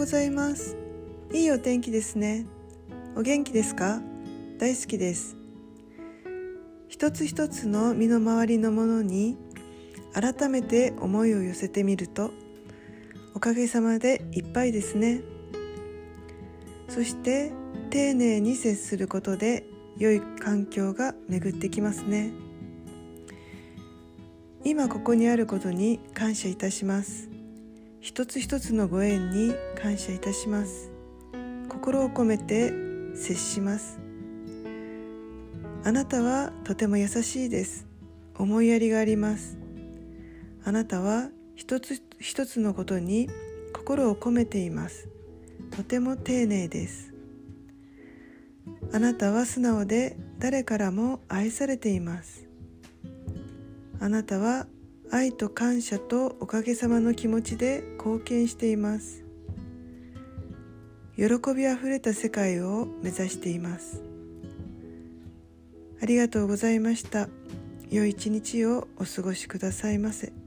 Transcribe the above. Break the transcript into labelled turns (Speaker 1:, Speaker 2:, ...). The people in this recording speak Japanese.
Speaker 1: ございます。いいお天気ですね。お元気ですか？大好きです。一つ一つの身の回りのものに改めて思いを寄せてみると、おかげさまでいっぱいですね。そして丁寧に接することで良い環境が巡ってきますね。今ここにあることに感謝いたします。一つ一つのご縁に感謝いたします。心を込めて接します。あなたはとても優しいです。思いやりがあります。あなたは一つ一つのことに心を込めています。とても丁寧です。あなたは素直で誰からも愛されています。あなたは愛と感謝とおかげさまの気持ちで貢献しています。喜びあふれた世界を目指しています。ありがとうございました。良い一日をお過ごしくださいませ。